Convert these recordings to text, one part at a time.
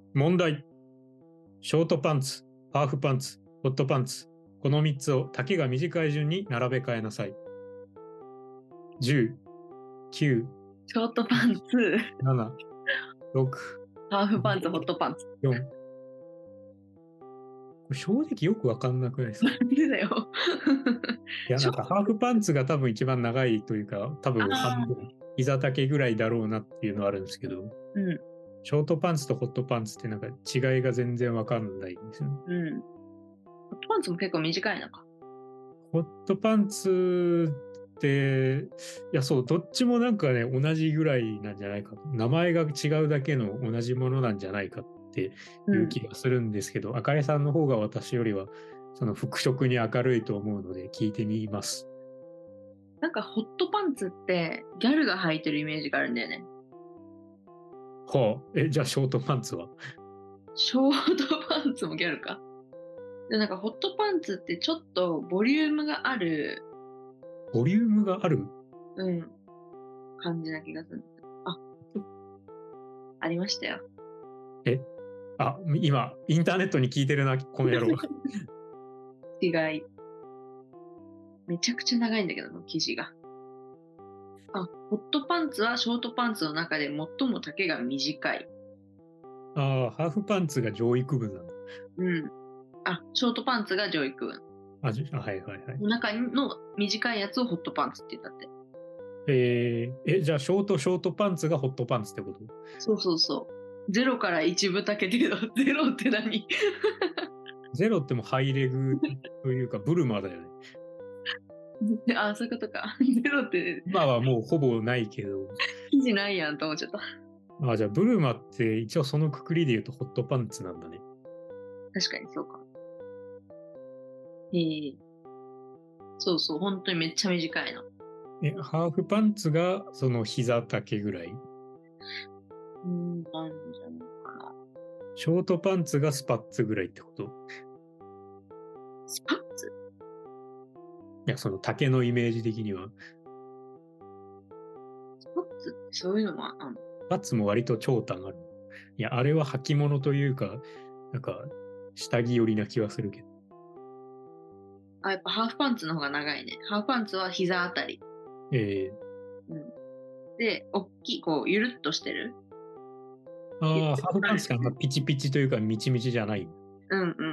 問題。ショートパンツ、ハーフパンツ、ホットパンツ。この3つを丈が短い順に並べ替えなさい。10、9、 ショートパンツ、 7、6、 ハーフパンツ、ホットパンツ。 4。これ正直よくわかんなくないですか？ なんでだよ。 いや、なんかハーフパンツが多分一番長いというか、多分半分、膝丈ぐらいだろうなっていうのはあるんですけど、 うん。 ショートパンツとホットパンツってなんか違いが全然わかんないんですよね。 うん。ホットパンツも結構短いのか。 ホットパンツって、いや、そう、どっちもなんかね、同じぐらいなんじゃないか。名前が違うだけの同じものなんじゃないかっていう気がするんですけど、あかりさんの方が私よりは、その服飾に明るいと思うので聞いてみます。 なんかホットパンツってギャルが履いてるイメージがあるんだよね。 はあ、じゃあショートパンツは？ ショートパンツもギャルか。で、なんかホットパンツってちょっとボリュームがある、 ボリュームがある？ うん、感じな気がする。あ、ありましたよ。 え今、インターネットに聞いてるな、この野郎。 違い。めちゃくちゃ長いんだけど、生地が。あ、ホットパンツはショートパンツの中で最も丈が短い。 ああ、ハーフパンツが上位区分なんだ。 うん。あ、ショートパンツが上位区分。 はいはいはい。 の中の短いやつをホットパンツって言ったって。 じゃあショートパンツがホットパンツってこと？ そうそうそう。0から1分丈程度。ゼロって何？ ゼロってもハイレグというかブルマだよね。 あ、そういうことか。ゼロって今はもうほぼないけど。 生地ないやんと思っちゃった。 じゃあブルマって一応そのくくりで言うとホットパンツなんだね。 確かにそうか。そうそう、本当にめっちゃ短いの。 ハーフパンツがその膝丈ぐらい？ なんじゃないかな。 ショートパンツがスパッツぐらいってこと？ スパッツ？ いや、その丈のイメージ的には。 スパッツってそういうのもあんの？ スパッツも割と長短ある。いや、あれは履物というか、なんか、下着寄りな気はするけど。 あ、やっぱハーフパンツの方が長いね。ハーフパンツは膝あたり。 えうん。で、大きい、こう、ゆるっとしてる。 ハーフパンツがピチピチというか、みちみちじゃない。 うんうん。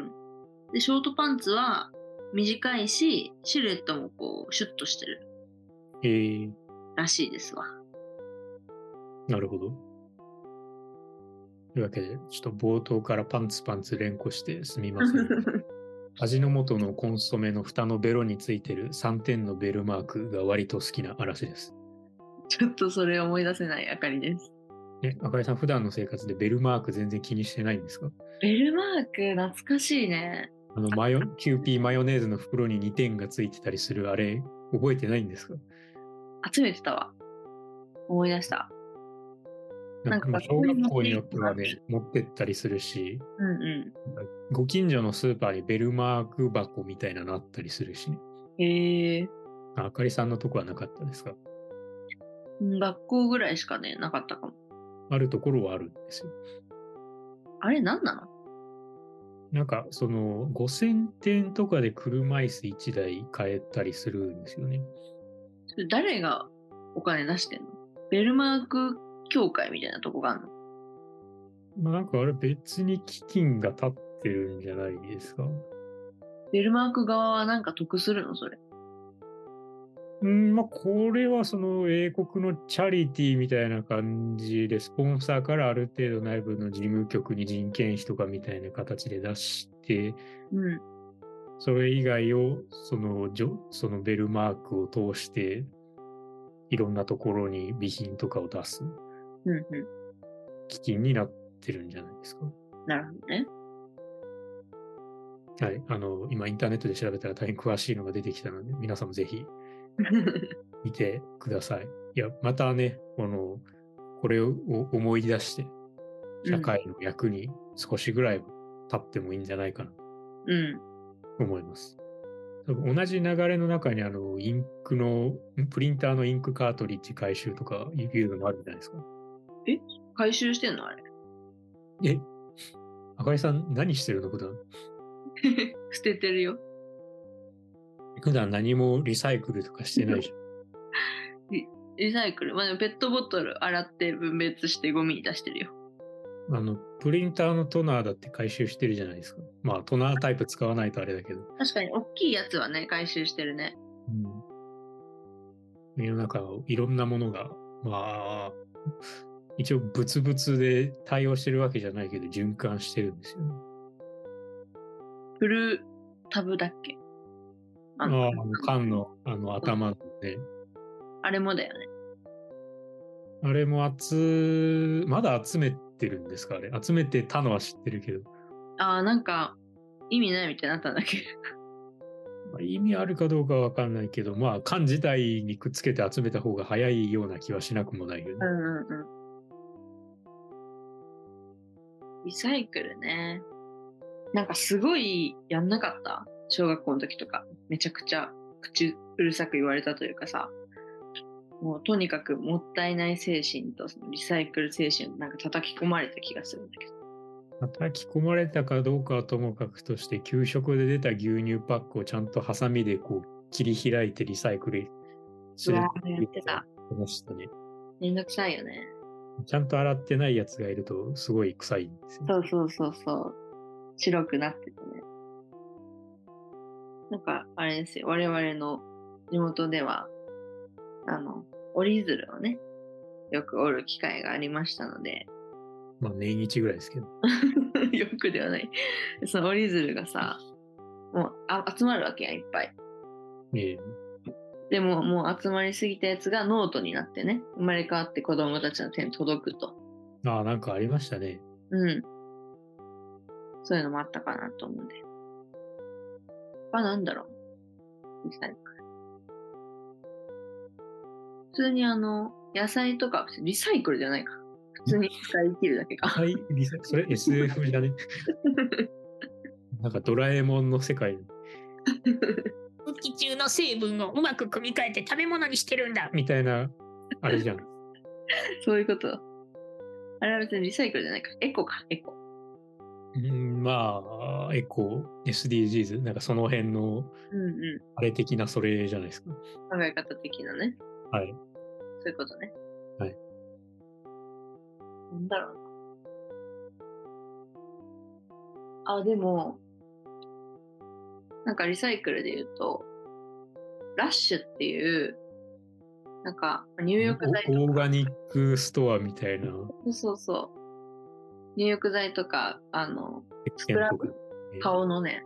で、ショートパンツは短いし、シルエットもこう、シュッとしてるえー、 らしいですわ。 なるほど。というわけで、ちょっと冒頭からパンツ連呼してすみません。味の素のコンソメの蓋のベロについてる3点のベルマークが割と好きな嵐です。 ちょっとそれ思い出せないあかりです。 あかりさん普段の生活でベルマーク全然気にしてないんですか？ ベルマーク、懐かしいね。 キューピーマヨネーズの袋に2点がついてたりするあれ、覚えてないんですか？ 集めてたわ。思い出した。なんか小学校によってはうね、持ってったりするし、 んうご近所のスーパーにベルマーク箱みたいなのあったりするしね。 ん。 あかりさんのとこはなかったですか？ 学校ぐらいしかね、なかったかも。 あるところはあるんですよ。 あれ何なの？ なんか、その、5000点とかで車椅子1台買えたりするんですよね。 それ誰がお金出してんの？ベルマーク協会みたいなとこがあるの？ なんかあれ別に基金が立ってるんじゃないですか。 ベルマーク側はなんか得するのそれ？ これはその英国のチャリティーみたいな感じで、スポンサーからある程度内部の事務局に人件費とかみたいな形で出して、 うん。 それ以外をそのベルマークを通して、いろんなところに備品とかを出すうんう基金になってるんじゃないですか。 ん。なるほどね。 はい。今インターネットで調べたら大変詳しいのが出てきたので、皆さんもぜひ見てください。いや、またね、これを思い出して、社会の役に少しぐらいは立ってもいいんじゃないかなとうん。 思います。多分同じ流れの中にプリンターのインクカートリッジ回収とかいうのもあるんじゃないですか。 回収してんのあれ？ え赤井さん何してるの普段？ 捨ててるよ。 普段何もリサイクルとかしてないじリサイクル。まあ、でもペットボトル洗って分別してゴミに出してるよ。 ゃん。プリンターのトナーだって回収してるじゃないですか。まあ、トナータイプ使わないとあれだけど。 確かに、大きいやつはね、回収してるね。 うん。世の中いろんなものが、まあ、一応物々で対応してるわけじゃないけど、循環してるんですよね。 フルタブだっけ？ 缶の頭のね。 あれもだよね。 あれもまだ集めてるんですかあれ。集めてたのは知ってるけど。 ああ、なんか、意味ないみたいになったんだっけ？ まあ意味あるかどうかわかんないけど、まあ缶自体にくっつけて集めた方が早いような気はしなくもないよね。 リサイクルね。なんかすごいやんなかった？小学校の時とか。めちゃくちゃ口うるさく言われたというかさ、もうとにかくもったいない精神とそのリサイクル精神をなんか叩き込まれた気がするんだけど。 叩き込まれたかどうかはともかくとして、給食で出た牛乳パックをちゃんとハサミでこう切り開いてリサイクルするうわー、やってた。 ましたね。 めんどくさいよね。 ちゃんと洗ってないやつがいるとすごい臭いんですよ。 そう。白くなっててね。なんか、あれですよ。我々の地元では、折り鶴をね、よく折る機会がありましたので、 まあ年一ぐらいですけど。 よくではない。その折り鶴がさ、もう集まるわけやん、いっぱい。 えでも、もう集まりすぎたやつがノートになってね、生まれ変わって子供たちの手に届くと。 なんかありましたね。 うん。そういうのもあったかなと思うんで。なんだろう。リサイクル。普通に野菜とか、リサイクルじゃないか。普通に使い切るだけか。 はい、それ SF じゃね？なんかドラえもんの世界。空気中の成分をうまく組み替えて食べ物にしてるんだみたいな、あれじゃん。 そういうこと。あれは別にリサイクルじゃないか。エコか、エコ。 まあ、エコ、SDGs、なんかその辺の、あれ的なそれじゃないですか。 考え方的なね。 はい。 そういうことね。 はい。 なんだろうな。でも、なんかリサイクルで言うと、ラッシュっていう、なんか入浴剤とか。 オーガニックストアみたいな。 そう。入浴剤とか、スクラブ、顔のね、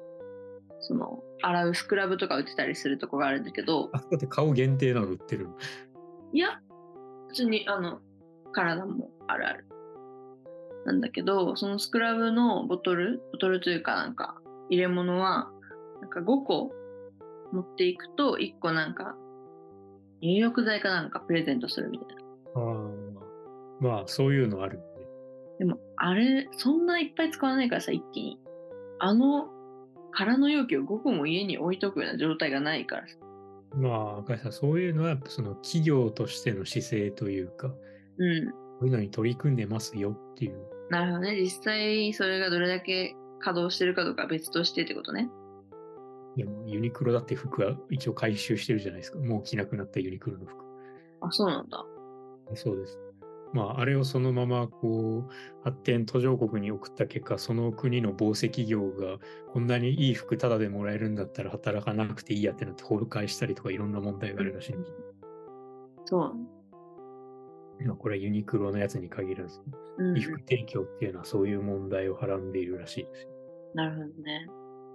洗うスクラブとか売ってたりするとこがあるんだけど。 あそこって顔限定なの売ってる？ いや、普通に、体もあるある。なんだけど、そのスクラブのボトルというかなんか、入れ物は、なんか5個持っていくと、1個なんか、入浴剤かなんかプレゼントするみたいな。 まあ、そういうのあるね。 でも、あれ、そんないっぱい使わないからさ、一気に。空の容器を5個も家に置いとくような状態がないからさ。 まあ、赤井さん、そういうのは、その企業としての姿勢というか、こういうのに取り組んでますよっていう。 なるほどね。実際、それがどれだけ稼働してるかどうかは別としてってことね。 でも、ユニクロだって服は一応回収してるじゃないですか。もう着なくなったユニクロの服。 そうなんだ。 そうです。まあ、あれをそのままこう発展途上国に送った結果、その国の紡績業がこんなにいい服タダでもらえるんだったら働かなくていいやってなって崩壊したりとかいろんな問題があるらしいんです。 そう。 まあ、これはユニクロのやつに限らず、衣服提供っていうのはそういう問題をはらんでいるらしいですよ。 なるほどね。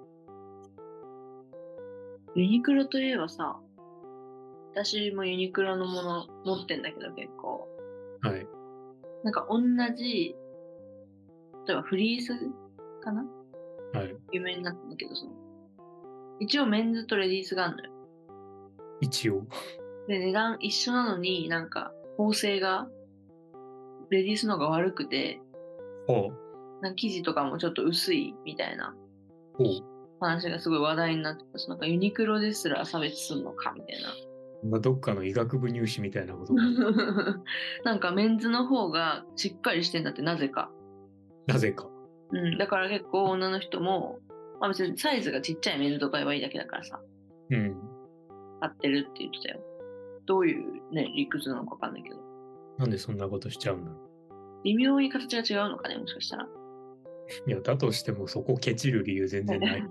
ユニクロといえばさ、私もユニクロのもの持ってんだけど結構。 はい。 なんか同じ、例えばフリースかな？ はい。 有名になったんだけど、一応メンズとレディースがあるのよ。 一応。 で、値段一緒なのになんか縫製がレディースの方が悪くて、なんか生地とかもちょっと薄いみたいな話がすごい話題になってたし、なんかユニクロですら差別するのかみたいな。 どっかの医学部入試みたいなことなんかメンズの方がしっかりしてんだって、なぜか。 なぜか。 だから結構女の人も、まあ別にサイズがちっちゃいメンズとかはいいだけだからさ、 うん。 買ってるって言ってたよ。どういうね、理屈なのかわかんないけど。 なんでそんなことしちゃうんだろ微妙に形が違うのかね、もしかしたら。 う。いや、だとしてもそこケチる理由全然ない。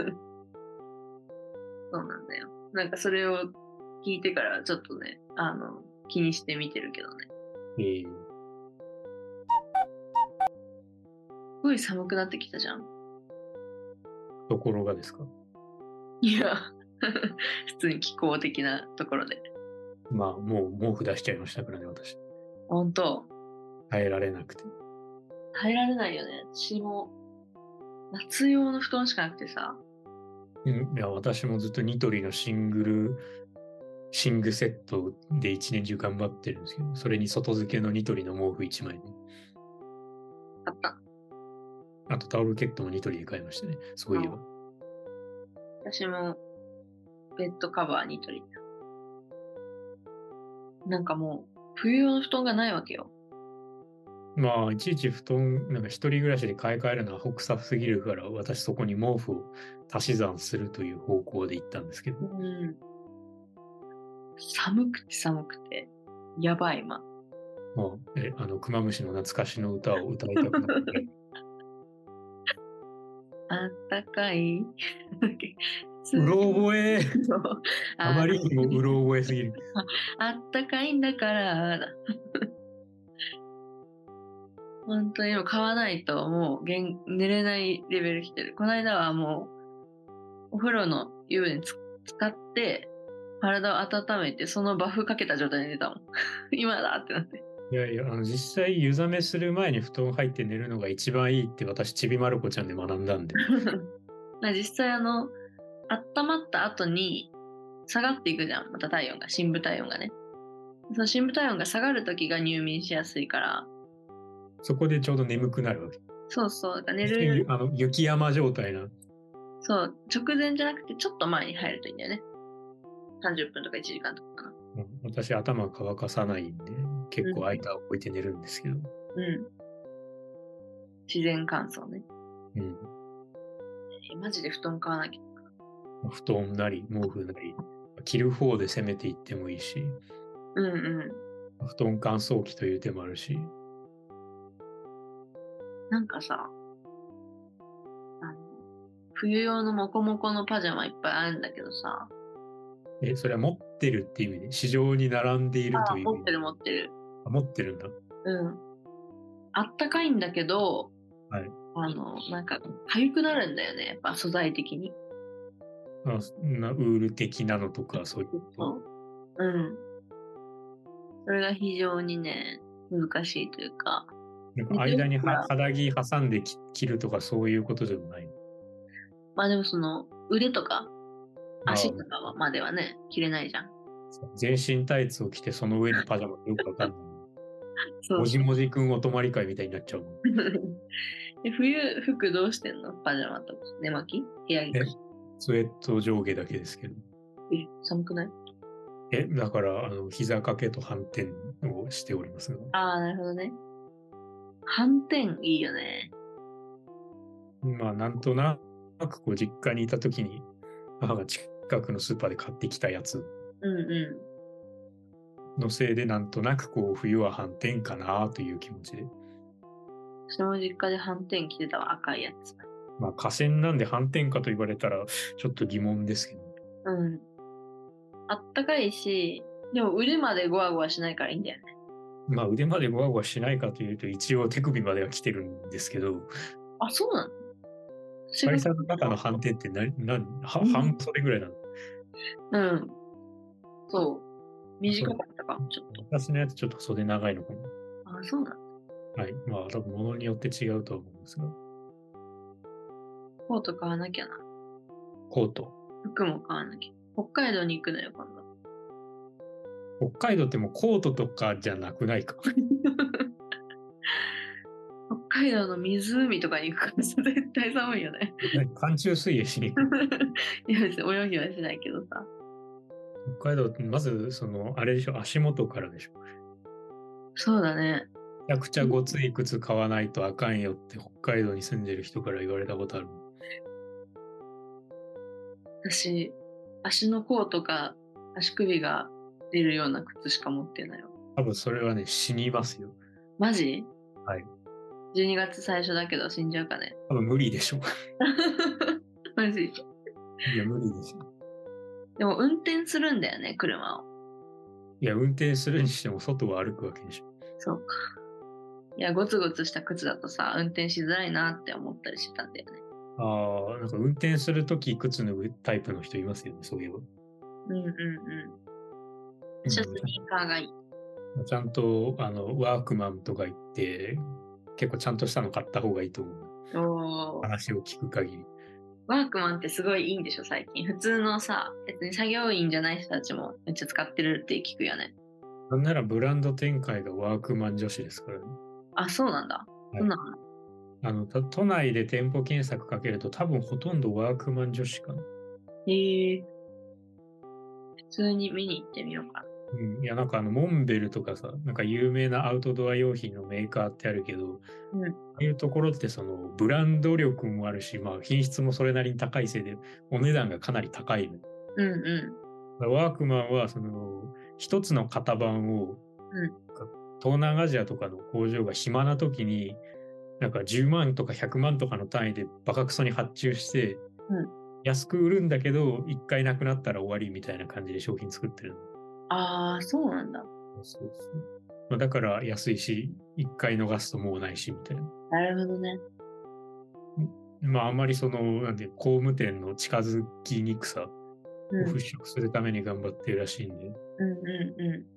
そうなんだよ。なんかそれを聞いてからちょっとね、気にして見てるけどね。 えすごい寒くなってきたじゃん。 ところがですか。 いや、普通に気候的なところで。 まあ、もう毛布出しちゃいましたからね、私。 ほんと、 耐えられなくて。 耐えられないよね。私も、夏用の布団しかなくてさ。 いや、私もずっとニトリの寝具セットで一年中頑張ってるんですけど、それに外付けのニトリの毛布1枚ね。 あった。 あとタオルケットもニトリで買いましたね。そういえば。 私も、ベッドカバーに取り。なんかもう、冬用の布団がないわけよ。 まあ、いちいち布団、なんか一人暮らしで買い替えるのはほくさすぎるから、私そこに毛布を足し算するという方向で行ったんですけど。 寒くて寒くて、やばい、今。 まあ、クマムシの懐かしの歌を歌いたくなって。 あったかい。 うろ覚え。 そうあまりにもうろ覚えすぎる。 あったかいんだから。本当にもう買わないともう寝れないレベル来てる。この間はもうお風呂の湯船使って体を温めてそのバフかけた状態で寝たもん。今だってなって。 いやいや、実際湯冷めする前に布団入って寝るのが一番いいって私、ちびまる子ちゃんで学んだんで。 実際温まった後に下がっていくじゃん。また体温が、深部体温がね。その深部体温が下がる時が入眠しやすいから。 そこでちょうど眠くなるわけ。 そうそう。だから寝る。 雪山状態な。 そう。直前じゃなくてちょっと前に入るといいんだよね。30分とか1時間とかかな。 私、頭乾かさないんで、結構間を置いて寝るんですけど。 自然乾燥ね。 うん。 マジで布団買わなきゃ。 布団なり、毛布なり、着る方で攻めていってもいいし、布団乾燥機という手もあるし。 なんかさ、冬用のモコモコのパジャマいっぱいあるんだけどさ。 それは持ってるっていう意味で、市場に並んでいるという意味で。 持ってる。 持ってるんだ。 あったかいんだけど、 はい。 なんか、痒くなるんだよね、やっぱ素材的に。 ウール的なのとか、そういうこと。 それが非常にね、難しいというか。 なんか間に肌着挟んで着るとかそういうことでもない。 まあでも腕とか足とかまではね、着れないじゃん。 全身タイツを着てその上にパジャマよくわかんない。 そうもじもじくんお泊まり会みたいになっちゃうもん。 冬服どうしてんの？パジャマとか寝巻き？部屋着？ スウェット上下だけですけど。 寒くない？ だから膝掛けと反転をしておりますが。 ああ、なるほどね。反転いいよね。 まあなんとなくこう実家にいた時に母が近くのスーパーで買ってきたやつのせいでなんとなくこう冬は反転かなという気持ちで。 私も実家で反転着てたわ、赤いやつ。 まあ河川なんで反転かと言われたらちょっと疑問ですけど。 あったかいし、でも腕までゴワゴワしないからいいんだよね。 まあ腕までゴワゴワしないかというと一応手首までは来てるんですけど。 あ、そうなの？ 会社の中の反転って半袖ぐらいなの？ そう。短かったか、ちょっと。 私のやつちょっと袖長いのかな。 あ、そうなの？ はい。まあ多分物によって違うとは思うんですが。 コート買わなきゃな。 コート。 服も買わなきゃ。北海道に行くのよ、今度。 北海道ってもうコートとかじゃなくないか。 北海道の湖とかに行くから絶対寒いよね。 寒中水泳しに行く。 いや別に泳ぎはしないけどさ。 北海道ってまずあれでしょ、足元からでしょ。 そうだね。 めちゃくちゃごつい靴買わないとあかんよって北海道に住んでる人から言われたことある。 私、足の甲とか足首が出るような靴しか持ってないよ。 多分それはね、死にますよ。 マジ？ はい。 12月最初だけど死んじゃうかね。 多分無理でしょう。 マジ？ いや、無理ですよ。 でも運転するんだよね、車を。 いや、運転するにしても外を歩くわけでしょ。 そうか。いや、ゴツゴツした靴だとさ、運転しづらいなって思ったりしてたんだよね。 ああ、なんか運転するとき靴脱ぐタイプの人いますよね、そういえば。 うんうんうん。私はスニーカーがいい。 ちゃんとワークマンとか行って結構ちゃんとしたの買った方がいいと思う。 おー。 話を聞く限り。 ワークマンってすごいいいんでしょ、最近。普通のさ、別に作業員じゃない人たちもめっちゃ使ってるって聞くよね。 なんならブランド展開がワークマン女子ですからね。 あ、そうなんだ。 はいそんなの？ 都内で店舗検索かけると多分ほとんどワークマン女子かな。 へえ。普通に見に行ってみようかな。 うん、いやなんかモンベルとかさ、なんか有名なアウトドア用品のメーカーってあるけど、 うん。 ああいうところってそのブランド力もあるし、まあ品質もそれなりに高いせいでお値段がかなり高いの。 うんうワークマンはその一つの型番をうん東南アジアとかの工場が暇な時になんか10万とか100万とかの単位でバカクソに発注してうん。 安く売るんだけど一回なくなったら終わりみたいな感じで商品作ってるの。 ああ、そうなんだ。 そうそう。まあ、だから安いし一回逃すともうないしみたいな。 なるほどね。 まああんまりそのなんて工務店の近づきにくさうんを払拭するために頑張ってるらしいんで、 うんうんうん。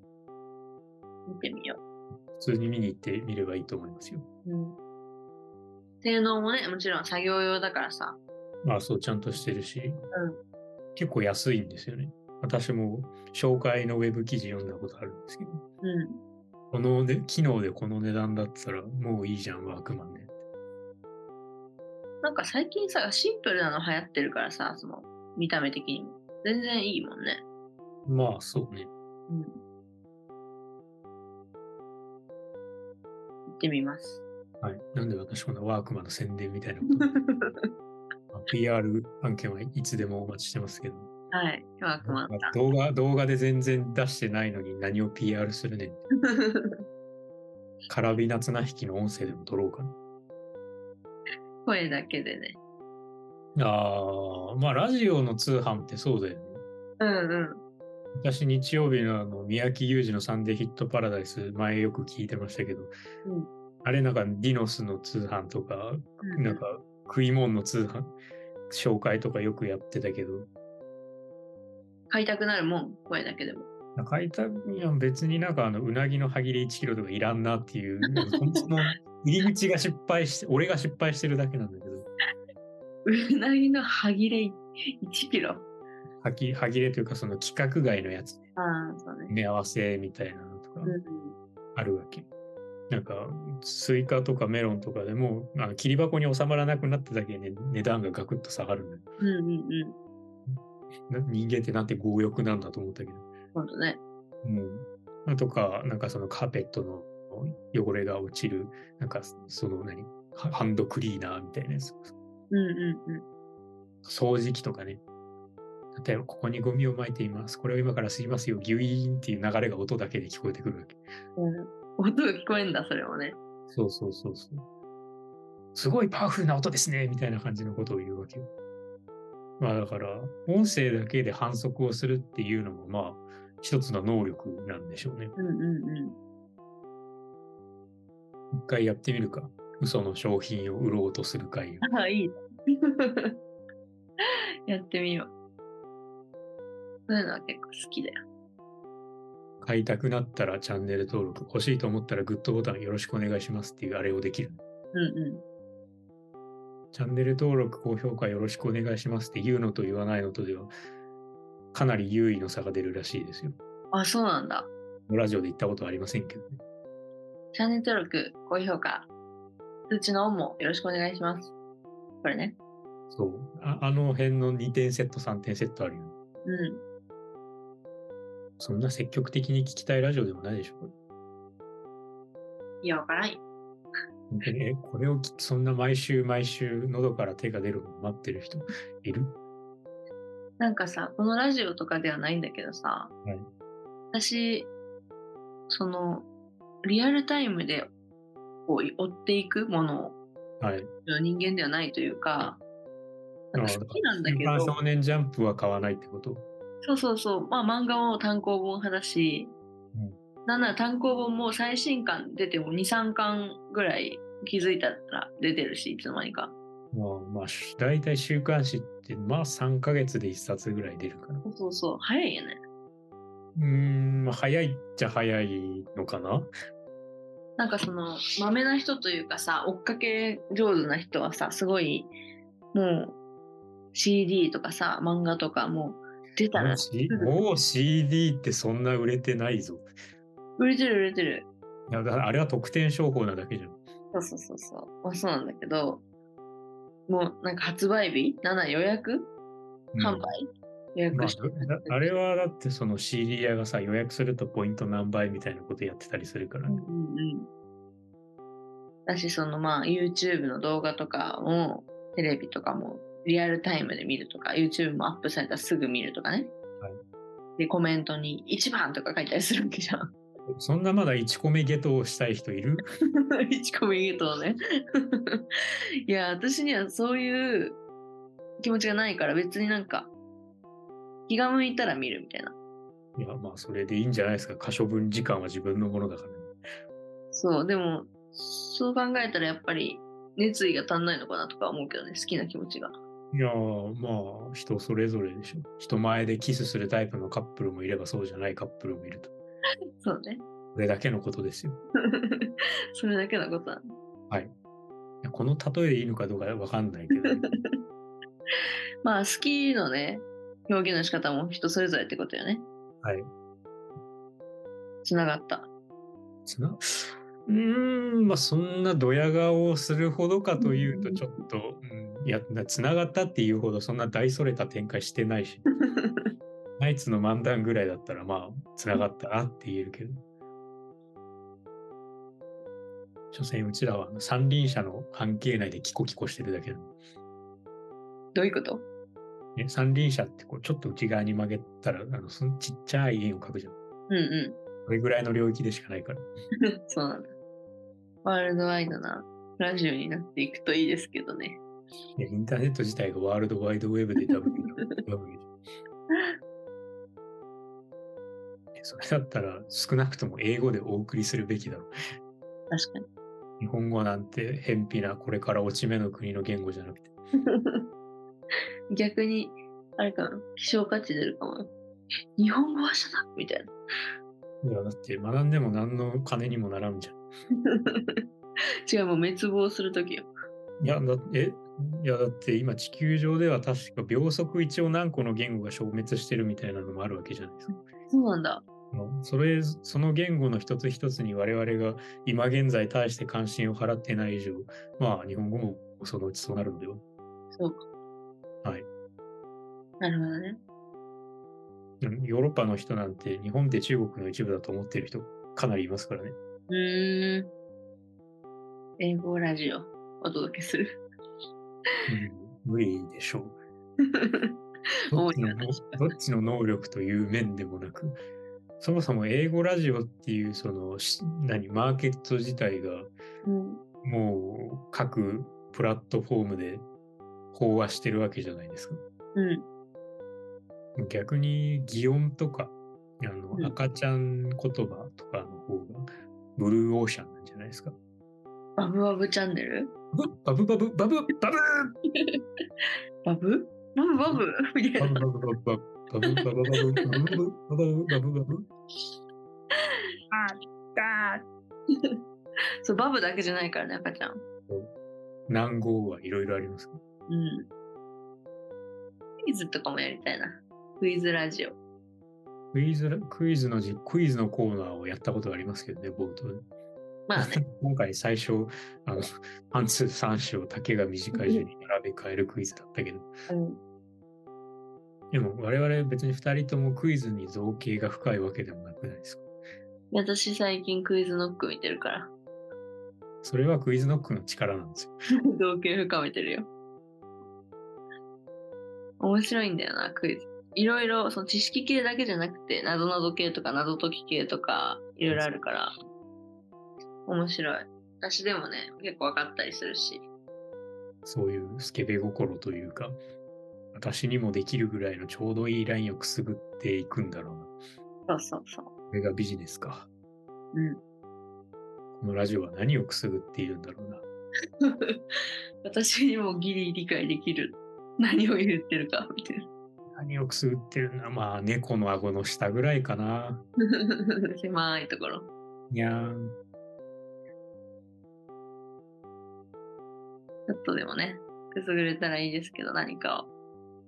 見てみよ普通に見に行ってみればいいと思いますよ。 う。うん。性能もね、もちろん作業用だからさ。 まあそうちゃんとしてるし、 うん結構安いんですよね。私も紹介のウェブ記事読んだことあるんですけど、 うん。 こので機能でこの値段だったらもういいじゃん、ワークマンで。 なんか最近さ、シンプルなの流行ってるからさ、その見た目的にも。全然いいもんね。 まあそうね。 うん。行ってみます。 はい。なんで私こんなワークマンの宣伝みたいなことまあ PR 案件はいつでもお待ちしてますけど。 はい。ワークマンだ。 動画で全然出してないのに何を PR するねん。カラビナ綱引きの音声でも撮ろうか声だけでね。 な。ああ、まあラジオの通販ってそうだよね。 うんうん。 私日曜日の三宅裕司のサンデーヒットパラダイス前よく聞いてましたけど、 うんあれなんかディノスの通販とか、 うんなんか食い物の通販紹介とかよくやってたけど、 買いたくなるもん、声だけでも。 買いたいや別になんかうなぎの歯切れ1キロとかいらんなっていう、なんかその入り口が失敗して、俺が失敗してるだけなんだけど、 うなぎの歯切れ1キロ。 歯切れというかその規格外のやつ、 ああ、そうね。 目合わせみたいなのとかうんあるわけ。なんかスイカとかメロンとかでも切り箱に収まらなくなっただけで、ね、値段がガクッと下がるんだよ。 うんうんうん。 人間ってなんて強欲なんだと思ったけど。 ほんとね。 うん。とか、なんかそのカーペットの汚れが落ちる、なんかそのハンドクリーナーみたいなやつ。 うんうんうん。 掃除機とかね。例えばここにゴミを撒いています。これを今から吸いますよ。ギュイーンっていう流れが音だけで聞こえてくるわけ。 うん、音が聞こえんだ、それもね。 そうそうそうそう。すごいパワフルな音ですねみたいな感じのことを言うわけよ。まあだから、音声だけで反則をするっていうのもまあ一つの能力なんでしょうね。 うんうんうん。 一回やってみるか。嘘の商品を売ろうとする会を。 あ、いい。やってみよう。そういうのは結構好きだよ。 買いたくなったらチャンネル登録、欲しいと思ったらグッドボタンよろしくお願いしますっていうあれをできる。 うんうん。 チャンネル登録、高評価よろしくお願いしますって言うのと言わないのとでは、かなり優位の差が出るらしいですよ。 あ、そうなんだ。 ラジオで言ったことはありませんけどね。 チャンネル登録、高評価、通知のオンもよろしくお願いします。これね。 そう。あの辺の2点セット、3点セットあるよ。 うん。 そんな積極的に聞きたいラジオでもないでしょ。 いや、わからんよ。 本当に、これをそんな毎週毎週喉から手が出るのを待ってる人いる？ なんかさ、このラジオとかではないんだけどさ、 はい。 私、その、リアルタイムでこう追っていくものをはい。 人間ではないというか、なんか好だからきなんだ週刊けど、 少年ジャンプは買わないってこと？ そうそうそう、まあ漫画も単行本派だし、 うん。 なんなら単行本も最新刊出ても2、3巻ぐらい気づいたら出てるし、いつの間にか。 まあ、大体週刊誌って、まあ3ヶ月で1冊ぐらい出るから。 そうそうそう、早いよね。 まあ早いっちゃ早いのかな。 なんかその、まめな人というかさ、追っかけ上手な人はさ、すごい、もう CD とかさ、漫画とかもう出たらすぐもう CD ってそんな売れてないぞ。 売れてる売れてる。 いや、あれは特典商法なだけじゃん。 そうそうそうそう。まあ、そうなんだけど、もうなんか発売日予約販売うん。 予約まあ、 して。 あれはだってその CD 屋がさ、予約するとポイント何倍みたいなことやってたりするからね。 うんうんうん。だし、そのまあ YouTube の動画とかも、テレビとかもリアルタイムで見るとか、YouTube もアップされたらすぐ見るとかね。 はい。 で、コメントに1番とか書いたりするわけじゃん。 そんなまだ1個目ゲットをしたい人いる？ 1個目言うとね。いや、私にはそういう気持ちがないから別になんか気が向いたら見るみたいな。 いや、まあ、それでいいんじゃないですか。可処分時間は自分のものだからね。 そう、でも、そう考えたらやっぱり熱意が足んないのかなとか思うけどね、好きな気持ちが。 いやまあ、人それぞれでしょ。人前でキスするタイプのカップルもいればそうじゃないカップルもいると。 そうね。 これだけのことですよ。 それだけのことなの。 はい。いやこの例えでいいのかどうかわかんないけどね。 まあ、好きのね、表現の仕方も人それぞれってことよね。 はい。 つながった。 つな、まあ、そんなドヤ顔をするほどかというと、ちょっと、いや、つながったっていうほど、そんな大それた展開してないし、ナイツの漫談ぐらいだったら、まあ、つながったなって言えるけど、所詮うちらは三輪車の関係内でキコキコしてるだけなの。 どういうこと？ ね、三輪車ってこうちょっと内側に曲げたら、そのちっちゃい円を描くじゃん。 うんうこれぐらいの領域でしかないから。 ん。そうなんだ。ワールドワイドなラジオになっていくといいですけどね。 いやインターネット自体がワールドワイドウェブで WWW それだったら少なくとも英語でお送りするべきだろう。 確かに。 日本語なんて偏僻なこれから落ち目の国の言語じゃなくて。 逆に、あれかな、希少価値出るかもよ。日本語話者だみたいな。 いや、だって学んでも何の金にもならんじゃん。 違う、もう滅亡するときよ。 いや、だって今地球上では確か秒速一応何個の言語が消滅してるみたいなのもあるわけじゃないですか。 そうなんだ。 その言語の一つ一つに我々が今現在対して関心を払ってない以上、まあ日本語もそのうちそうなるのでは。 そうか。 はい。 なるほどね。 ヨーロッパの人なんて日本って中国の一部だと思っている人かなりいますからね。 うーん。英語ラジオお届けする。 無理でしょう。 多いよね。 どっちの能力という面でもなく、そもそも英語ラジオっていうそのマーケット自体がうん。 もう各プラットフォームで飽和してるわけじゃないですか。 うん。 逆に擬音とかうん、 赤ちゃん言葉とかの方がブルーオーシャンなんじゃないですか。 バブバブチャンネルバブバブバブバブバブバブバブみたいな。 バブバブバブバブバブバブバブバブバブバブバブあそう、バブだけじゃないからね、赤ちゃん。 難語はいろいろあります。 うん。クイズとかもやりたいな。クイズラジオ。 クイズのコーナーをやったことがありますけどね、冒頭で。 まあね。 今回最初、半数三種を丈が短い順に並べ替えるクイズだったけど、 うん。 でも我々別に2人ともクイズに造形が深いわけでもなくないですか。 私最近クイズノック見てるから。 それはクイズノックの力なんですよ。 同型深めてるよ。面白いんだよな、クイズ。いろいろ、その知識系だけじゃなくて、謎々系とか謎解き系とか、いろいろあるから、面白い。私でもね、結構分かったりするし。 そういうスケベ心というか、私にもできるぐらいのちょうどいいラインをくすぐっていくんだろうな。 そうそうそう。 これがビジネスか。 うん。 このラジオは何をくすぐっているんだろうな。 私にもギリ理解できる。何を言ってるか、みたいな。 何をくすぐってるんだ。まあ、猫の顎の下ぐらいかな。 狭いところ。 にゃーん。 ちょっとでもね、くすぐれたらいいですけど、何かを。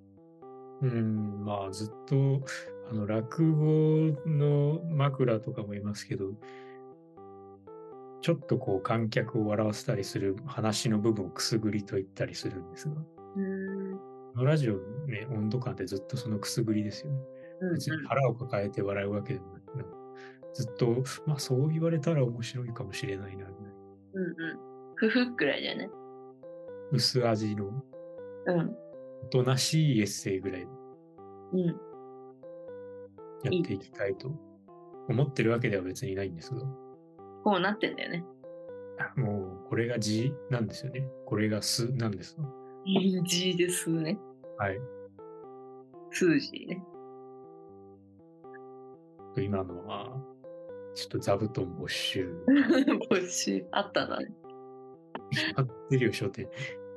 まあ、ずっと、落語の枕とかもいますけど、ちょっとこう観客を笑わせたりする話の部分をくすぐりと言ったりするんですが、このラジオのね、温度感ってずっとそのくすぐりですよね。別に腹を抱えて笑うわけでもなく、ずっと、まあそう言われたら面白いかもしれないな、みたいなふふくらいだよね。 薄味のうん。 おとなしいエッセイぐらいうん。 やっていきたいと思ってるわけでは別にないんですが、 こうなってんだよね。 もうこれが字なんですよね。これがすなんですよ。 字ですね。 はい。 数字ね。 今のは、ちょっと座布団没収。 募集あったんだね。 あってるよ、商店。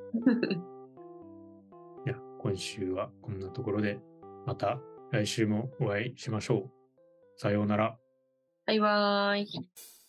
いや、今週はこんなところで、また来週もお会いしましょう。さようなら。 バイバーイ。